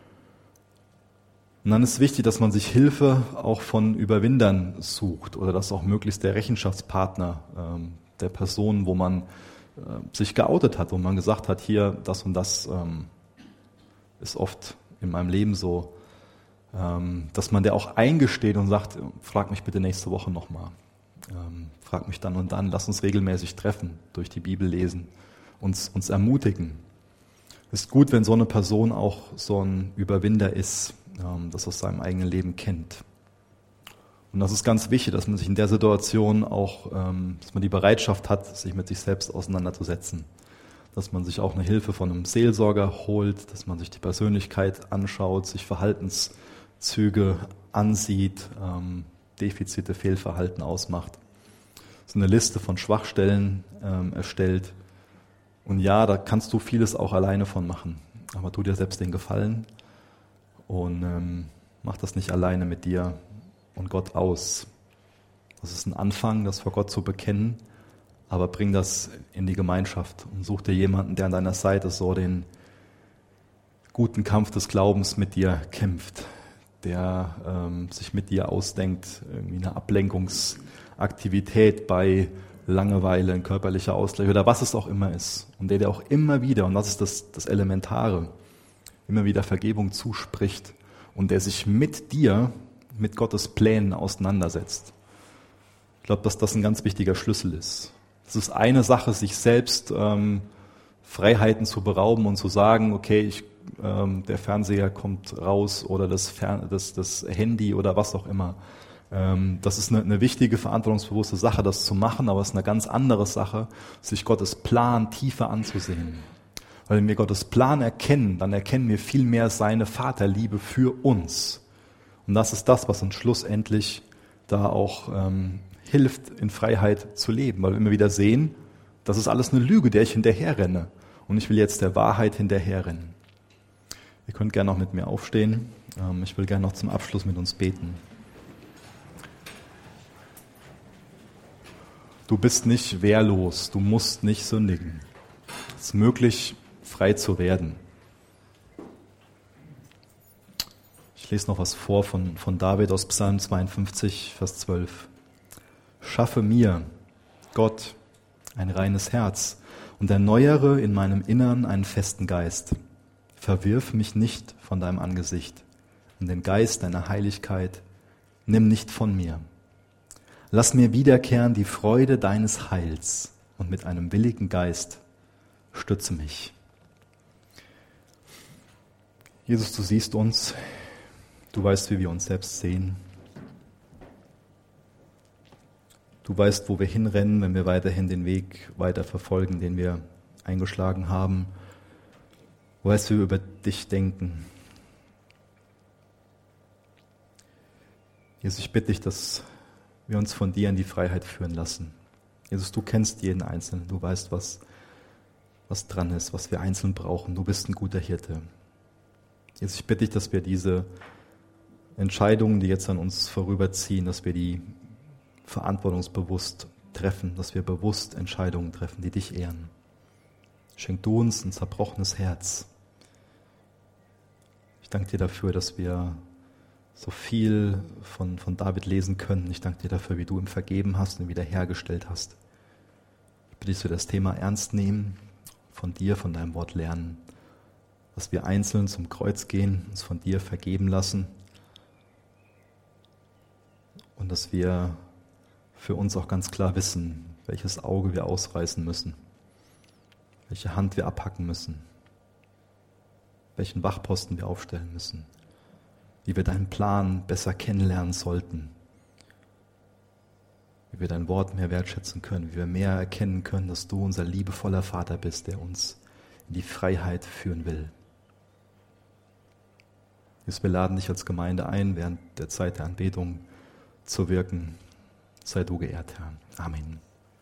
Und dann ist wichtig, dass man sich Hilfe auch von Überwindern sucht oder dass auch möglichst der Rechenschaftspartner ähm, der Person, wo man äh, sich geoutet hat, wo man gesagt hat, hier, das und das ähm, ist oft in meinem Leben so, ähm, dass man der auch eingesteht und sagt, frag mich bitte nächste Woche nochmal. Ähm, frag mich dann und dann, lass uns regelmäßig treffen, durch die Bibel lesen, uns, uns ermutigen. Es ist gut, wenn so eine Person auch so ein Überwinder ist, ähm, das aus seinem eigenen Leben kennt. Und das ist ganz wichtig, dass man sich in der Situation auch, ähm, dass man die Bereitschaft hat, sich mit sich selbst auseinanderzusetzen. Dass man sich auch eine Hilfe von einem Seelsorger holt, dass man sich die Persönlichkeit anschaut, sich Verhaltenszüge ansieht, ähm, Defizite, Fehlverhalten ausmacht. So eine Liste von Schwachstellen ähm, erstellt. Und ja, da kannst du vieles auch alleine von machen. Aber tu dir selbst den Gefallen und ähm, mach das nicht alleine mit dir und Gott aus. Das ist ein Anfang, das vor Gott zu bekennen, aber bring das in die Gemeinschaft und such dir jemanden, der an deiner Seite so den guten Kampf des Glaubens mit dir kämpft, der ähm, sich mit dir ausdenkt, irgendwie eine Ablenkungsaktivität bei Langeweile, ein körperlicher Ausgleich oder was es auch immer ist. Und der dir auch immer wieder, und das ist das, das Elementare, immer wieder Vergebung zuspricht und der sich mit dir, mit Gottes Plänen auseinandersetzt. Ich glaube, dass das ein ganz wichtiger Schlüssel ist. Es ist eine Sache, sich selbst ähm, Freiheiten zu berauben und zu sagen, okay, ich, ähm, der Fernseher kommt raus oder das, Fern- das, das Handy oder was auch immer. Ähm, das ist eine, eine wichtige, verantwortungsbewusste Sache, das zu machen, aber es ist eine ganz andere Sache, sich Gottes Plan tiefer anzusehen. Weil wenn wir Gottes Plan erkennen, dann erkennen wir viel mehr seine Vaterliebe für uns. Und das ist das, was uns schlussendlich da auch ähm, hilft, in Freiheit zu leben, weil wir immer wieder sehen, das ist alles eine Lüge, der ich hinterherrenne. Und ich will jetzt der Wahrheit hinterherrennen. Ihr könnt gerne noch mit mir aufstehen. Ich will gerne noch zum Abschluss mit uns beten. Du bist nicht wehrlos, du musst nicht sündigen. Es ist möglich, frei zu werden. Ich lese noch was vor von, von David aus Psalm zweiundfünfzig, Vers zwölf. Schaffe mir, Gott, ein reines Herz und erneuere in meinem Innern einen festen Geist. Verwirf mich nicht von deinem Angesicht und den Geist deiner Heiligkeit nimm nicht von mir. Lass mir wiederkehren die Freude deines Heils und mit einem willigen Geist stütze mich. Jesus, du siehst uns, du weißt, wie wir uns selbst sehen. Du weißt, wo wir hinrennen, wenn wir weiterhin den Weg weiter verfolgen, den wir eingeschlagen haben. Du weißt, wie wir über dich denken. Jesus, ich bitte dich, dass wir uns von dir in die Freiheit führen lassen. Jesus, du kennst jeden Einzelnen. Du weißt, was, was dran ist, was wir einzeln brauchen. Du bist ein guter Hirte. Jesus, ich bitte dich, dass wir diese Entscheidungen, die jetzt an uns vorüberziehen, dass wir die verantwortungsbewusst treffen, dass wir bewusst Entscheidungen treffen, die dich ehren. Schenk du uns ein zerbrochenes Herz. Ich danke dir dafür, dass wir so viel von, von David lesen können. Ich danke dir dafür, wie du ihm vergeben hast und wiederhergestellt hast. Ich bitte dich, dass wir das Thema ernst nehmen, von dir, von deinem Wort lernen, dass wir einzeln zum Kreuz gehen, uns von dir vergeben lassen und dass wir für uns auch ganz klar wissen, welches Auge wir ausreißen müssen, welche Hand wir abhacken müssen, welchen Wachposten wir aufstellen müssen, wie wir deinen Plan besser kennenlernen sollten, wie wir dein Wort mehr wertschätzen können, wie wir mehr erkennen können, dass du unser liebevoller Vater bist, der uns in die Freiheit führen will. Jesus, wir laden dich als Gemeinde ein, während der Zeit der Anbetung zu wirken. Sei du geehrt, Herr. Amen.